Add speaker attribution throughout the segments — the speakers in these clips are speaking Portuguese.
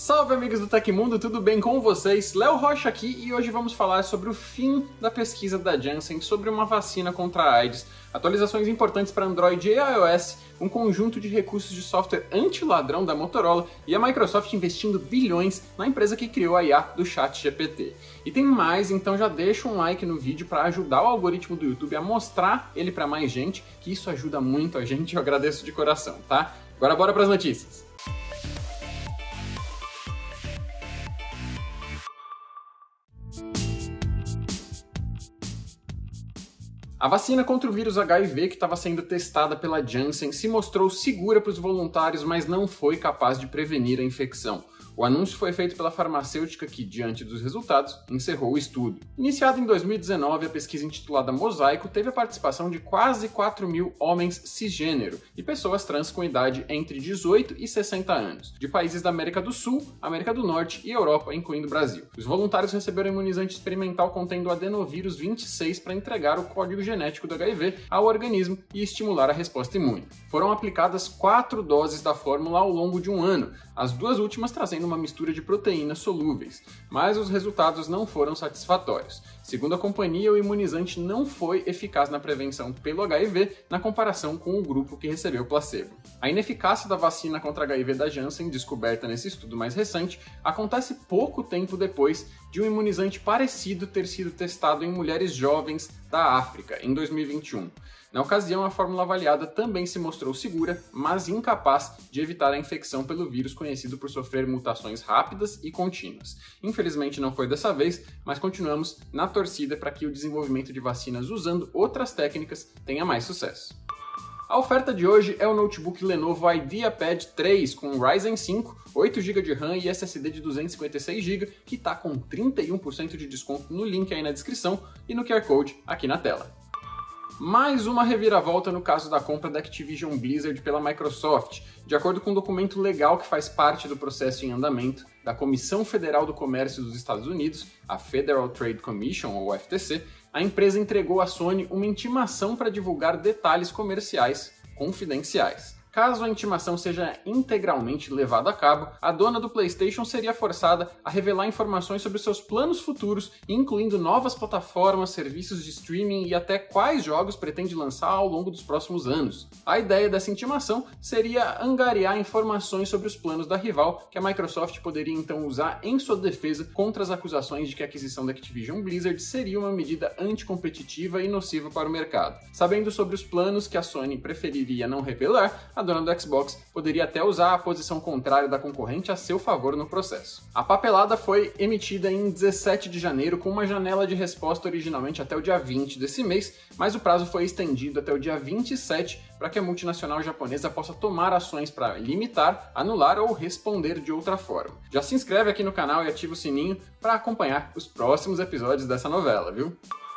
Speaker 1: Salve amigos do Tecmundo, tudo bem com vocês? Léo Rocha aqui e hoje vamos falar sobre o fim da pesquisa da Janssen sobre uma vacina contra a AIDS, atualizações importantes para Android e iOS, um conjunto de recursos de software anti-ladrão da Motorola e a Microsoft investindo bilhões na empresa que criou a IA do ChatGPT. E tem mais, então já deixa um like no vídeo para ajudar o algoritmo do YouTube a mostrar ele para mais gente, que isso ajuda muito a gente, eu agradeço de coração, tá? Agora bora para as notícias. A vacina contra o vírus HIV que estava sendo testada pela Janssen se mostrou segura para os voluntários, mas não foi capaz de prevenir a infecção. O anúncio foi feito pela farmacêutica que, diante dos resultados, encerrou o estudo. Iniciada em 2019, a pesquisa intitulada Mosaico teve a participação de quase 4.000 homens cisgênero e pessoas trans com idade entre 18 e 60 anos, de países da América do Sul, América do Norte e Europa, incluindo o Brasil. Os voluntários receberam imunizante experimental contendo adenovírus 26 para entregar o código genético do HIV ao organismo e estimular a resposta imune. Foram aplicadas 4 doses da fórmula ao longo de um ano, as duas últimas trazendo uma mistura de proteínas solúveis, mas os resultados não foram satisfatórios. Segundo a companhia, o imunizante não foi eficaz na prevenção pelo HIV na comparação com o grupo que recebeu placebo. A ineficácia da vacina contra HIV da Janssen, descoberta nesse estudo mais recente, acontece pouco tempo depois de um imunizante parecido ter sido testado em mulheres jovens da África, em 2021. Na ocasião, a fórmula avaliada também se mostrou segura, mas incapaz de evitar a infecção pelo vírus conhecido por sofrer mutações rápidas e contínuas. Infelizmente não foi dessa vez, mas continuamos na torcida para que o desenvolvimento de vacinas usando outras técnicas tenha mais sucesso. A oferta de hoje é o notebook Lenovo IdeaPad 3 com Ryzen 5, 8 GB de RAM e SSD de 256 GB, que está com 31% de desconto no link aí na descrição e no QR Code aqui na tela. Mais uma reviravolta no caso da compra da Activision Blizzard pela Microsoft. De acordo com um documento legal que faz parte do processo em andamento da Comissão Federal do Comércio dos Estados Unidos, a Federal Trade Commission, ou FTC, a empresa entregou à Sony uma intimação para divulgar detalhes comerciais confidenciais. Caso a intimação seja integralmente levada a cabo, a dona do PlayStation seria forçada a revelar informações sobre seus planos futuros, incluindo novas plataformas, serviços de streaming e até quais jogos pretende lançar ao longo dos próximos anos. A ideia dessa intimação seria angariar informações sobre os planos da rival, que a Microsoft poderia então usar em sua defesa contra as acusações de que a aquisição da Activision Blizzard seria uma medida anticompetitiva e nociva para o mercado. Sabendo sobre os planos que a Sony preferiria não revelar, a dona do Xbox poderia até usar a posição contrária da concorrente a seu favor no processo. A papelada foi emitida em 17 de janeiro com uma janela de resposta originalmente até o dia 20 desse mês, mas o prazo foi estendido até o dia 27 para que a multinacional japonesa possa tomar ações para limitar, anular ou responder de outra forma. Já se inscreve aqui no canal e ativa o sininho para acompanhar os próximos episódios dessa novela, viu?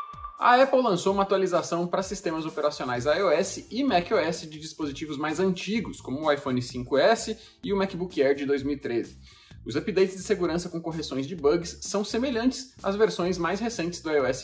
Speaker 1: A Apple lançou uma atualização para sistemas operacionais iOS e macOS de dispositivos mais antigos, como o iPhone 5S e o MacBook Air de 2013. Os updates de segurança com correções de bugs são semelhantes às versões mais recentes do iOS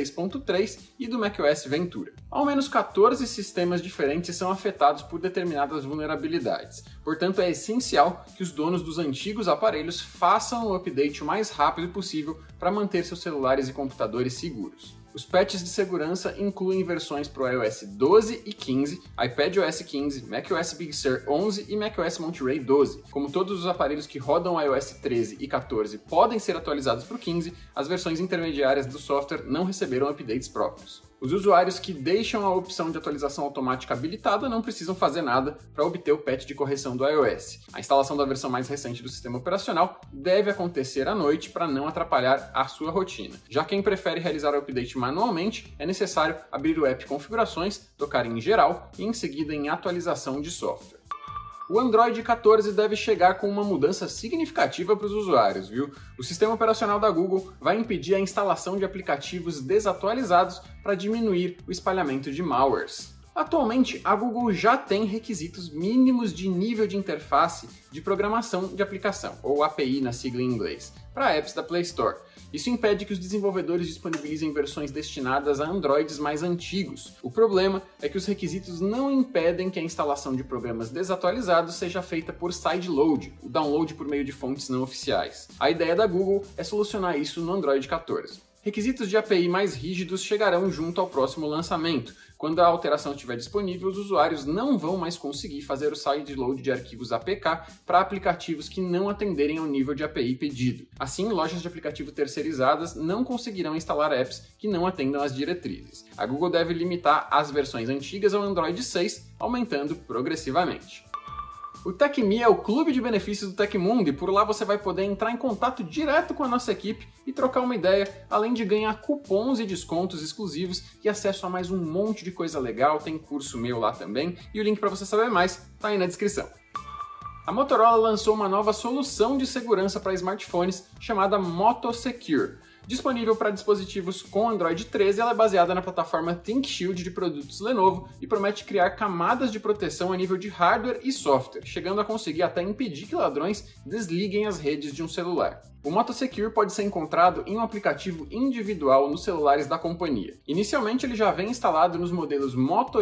Speaker 1: 16.3 e do macOS Ventura. Ao menos 14 sistemas diferentes são afetados por determinadas vulnerabilidades. Portanto, é essencial que os donos dos antigos aparelhos façam o update o mais rápido possível para manter seus celulares e computadores seguros. Os patches de segurança incluem versões para o iOS 12 e 15, iPadOS 15, macOS Big Sur 11 e macOS Monterey 12. Como todos os aparelhos que rodam iOS 13 e 14 podem ser atualizados para o 15, as versões intermediárias do software não receberam updates próprios. Os usuários que deixam a opção de atualização automática habilitada não precisam fazer nada para obter o patch de correção do iOS. A instalação da versão mais recente do sistema operacional deve acontecer à noite para não atrapalhar a sua rotina. Já quem prefere realizar o update manualmente, é necessário abrir o app Configurações, tocar em Geral e em seguida em Atualização de software. O Android 14 deve chegar com uma mudança significativa para os usuários, viu? O sistema operacional da Google vai impedir a instalação de aplicativos desatualizados para diminuir o espalhamento de malwares. Atualmente, a Google já tem requisitos mínimos de nível de interface de programação de aplicação, ou API na sigla em inglês, para apps da Play Store. Isso impede que os desenvolvedores disponibilizem versões destinadas a Androids mais antigos. O problema é que os requisitos não impedem que a instalação de programas desatualizados seja feita por sideload, o download por meio de fontes não oficiais. A ideia da Google é solucionar isso no Android 14. Requisitos de API mais rígidos chegarão junto ao próximo lançamento. Quando a alteração estiver disponível, os usuários não vão mais conseguir fazer o sideload de arquivos APK para aplicativos que não atenderem ao nível de API pedido. Assim, lojas de aplicativo terceirizadas não conseguirão instalar apps que não atendam às diretrizes. A Google deve limitar as versões antigas ao Android 6, aumentando progressivamente. O TechMe é o clube de benefícios do Tecmundo e por lá você vai poder entrar em contato direto com a nossa equipe e trocar uma ideia, além de ganhar cupons e descontos exclusivos e acesso a mais um monte de coisa legal. Tem curso meu lá também e o link para você saber mais tá aí na descrição. A Motorola lançou uma nova solução de segurança para smartphones chamada Moto Secure. Disponível para dispositivos com Android 13, ela é baseada na plataforma ThinkShield de produtos Lenovo e promete criar camadas de proteção a nível de hardware e software, chegando a conseguir até impedir que ladrões desliguem as redes de um celular. O Moto Secure pode ser encontrado em um aplicativo individual nos celulares da companhia. Inicialmente, ele já vem instalado nos modelos Moto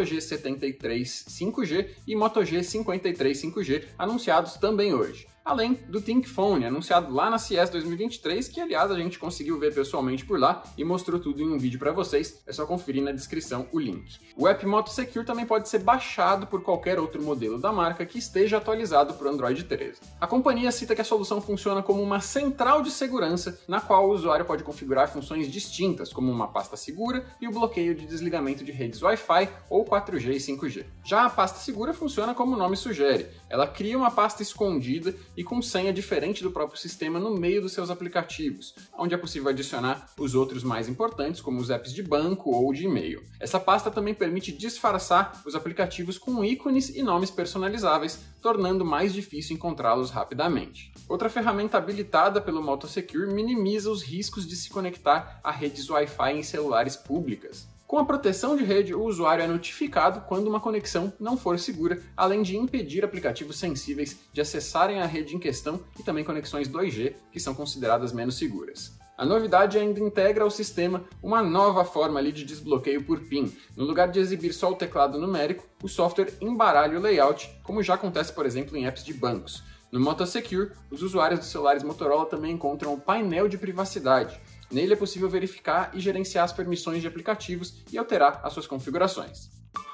Speaker 1: G73 5G e Moto G53 5G, anunciados também hoje. Além do ThinkPhone, anunciado lá na CES 2023, que aliás a gente conseguiu ver pessoalmente por lá e mostrou tudo em um vídeo para vocês, é só conferir na descrição o link. O app Moto Secure também pode ser baixado por qualquer outro modelo da marca que esteja atualizado para o Android 13. A companhia cita que a solução funciona como uma central de segurança, na qual o usuário pode configurar funções distintas, como uma pasta segura e o bloqueio de desligamento de redes Wi-Fi ou 4G e 5G. Já a pasta segura funciona como o nome sugere, ela cria uma pasta escondida e com senha diferente do próprio sistema no meio dos seus aplicativos, onde é possível adicionar os outros mais importantes, como os apps de banco ou de e-mail. Essa pasta também permite disfarçar os aplicativos com ícones e nomes personalizáveis, tornando mais difícil encontrá-los rapidamente. Outra ferramenta habilitada pelo Moto Secure minimiza os riscos de se conectar a redes Wi-Fi em celulares públicas. Com a proteção de rede, o usuário é notificado quando uma conexão não for segura, além de impedir aplicativos sensíveis de acessarem a rede em questão e também conexões 2G, que são consideradas menos seguras. A novidade ainda integra ao sistema uma nova forma de desbloqueio por PIN. No lugar de exibir só o teclado numérico, o software embaralha o layout, como já acontece, por exemplo, em apps de bancos. No Moto Secure, os usuários dos celulares Motorola também encontram o painel de privacidade. Nele é possível verificar e gerenciar as permissões de aplicativos e alterar as suas configurações.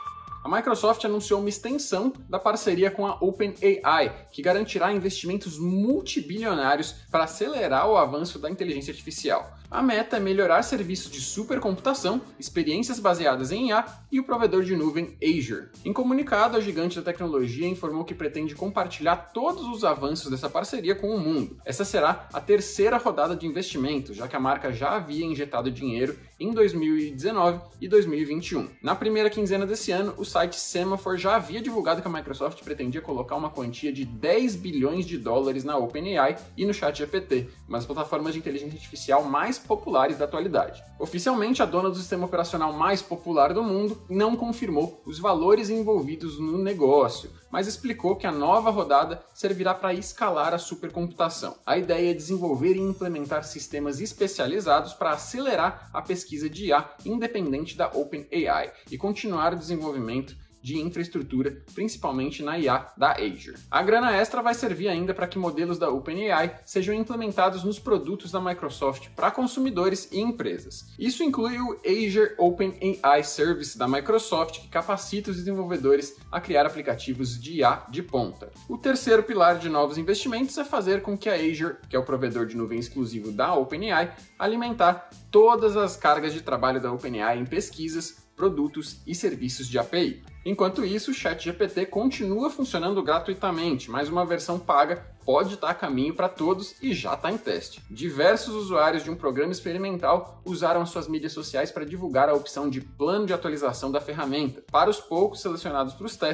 Speaker 1: A Microsoft anunciou uma extensão da parceria com a OpenAI, que garantirá investimentos multibilionários para acelerar o avanço da inteligência artificial. A meta é melhorar serviços de supercomputação, experiências baseadas em IA e o provedor de nuvem Azure. Em comunicado, a gigante da tecnologia informou que pretende compartilhar todos os avanços dessa parceria com o mundo. Essa será a terceira rodada de investimento, já que a marca já havia injetado dinheiro em 2019 e 2021. Na primeira quinzena desse ano, o site Semaphore já havia divulgado que a Microsoft pretendia colocar uma quantia de 10 bilhões de dólares na OpenAI e no ChatGPT, uma das plataformas de inteligência artificial mais populares da atualidade. Oficialmente, a dona do sistema operacional mais popular do mundo não confirmou os valores envolvidos no negócio, mas explicou que a nova rodada servirá para escalar a supercomputação. A ideia é desenvolver e implementar sistemas especializados para acelerar a pesquisa de IA independente da OpenAI e continuar o desenvolvimento de infraestrutura, principalmente na IA da Azure. A grana extra vai servir ainda para que modelos da OpenAI sejam implementados nos produtos da Microsoft para consumidores e empresas. Isso inclui o Azure OpenAI Service da Microsoft, que capacita os desenvolvedores a criar aplicativos de IA de ponta. O terceiro pilar de novos investimentos é fazer com que a Azure, que é o provedor de nuvem exclusivo da OpenAI, alimentar todas as cargas de trabalho da OpenAI em pesquisas, produtos e serviços de API. Enquanto isso, o ChatGPT continua funcionando gratuitamente, mas uma versão paga pode estar a caminho para todos e já está em teste. Diversos usuários de um programa experimental usaram suas mídias sociais para divulgar a opção de plano de atualização da ferramenta. Para os poucos selecionados para os testes,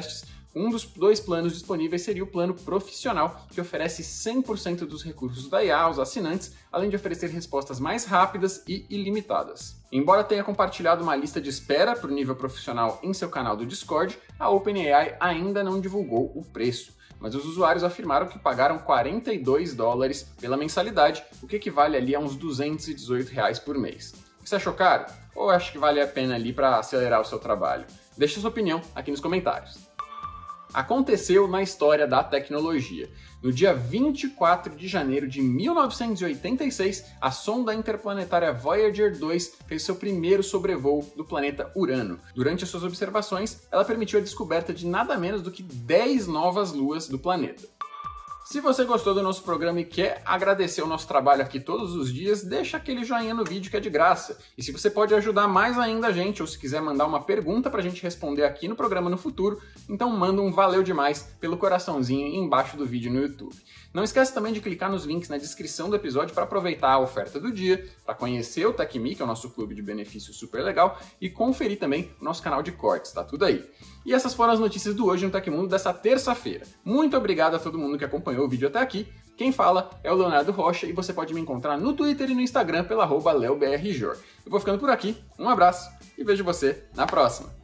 Speaker 1: Um dos 2 planos disponíveis seria o plano profissional, que oferece 100% dos recursos da IA aos assinantes, além de oferecer respostas mais rápidas e ilimitadas. Embora tenha compartilhado uma lista de espera para o nível profissional em seu canal do Discord, a OpenAI ainda não divulgou o preço, mas os usuários afirmaram que pagaram $42 pela mensalidade, o que equivale ali a uns R$218 por mês. Você achou caro? Ou acha que vale a pena ali para acelerar o seu trabalho? Deixe sua opinião aqui nos comentários. Aconteceu na história da tecnologia. No dia 24 de janeiro de 1986, a sonda interplanetária Voyager 2 fez seu primeiro sobrevoo do planeta Urano. Durante as suas observações, ela permitiu a descoberta de nada menos do que 10 novas luas do planeta. Se você gostou do nosso programa e quer agradecer o nosso trabalho aqui todos os dias, deixa aquele joinha no vídeo que é de graça. E se você pode ajudar mais ainda a gente, ou se quiser mandar uma pergunta pra gente responder aqui no programa no futuro, então manda um valeu demais pelo coraçãozinho embaixo do vídeo no YouTube. Não esquece também de clicar nos links na descrição do episódio para aproveitar a oferta do dia, para conhecer o TechMe, que é o nosso clube de benefícios super legal, e conferir também o nosso canal de cortes, tá tudo aí. E essas foram as notícias do Hoje no Tecmundo dessa terça-feira. Muito obrigado a todo mundo que acompanhou o vídeo até aqui. Quem fala é o Leonardo Rocha e você pode me encontrar no Twitter e no Instagram pela @leobrjor. Eu vou ficando por aqui, um abraço e vejo você na próxima.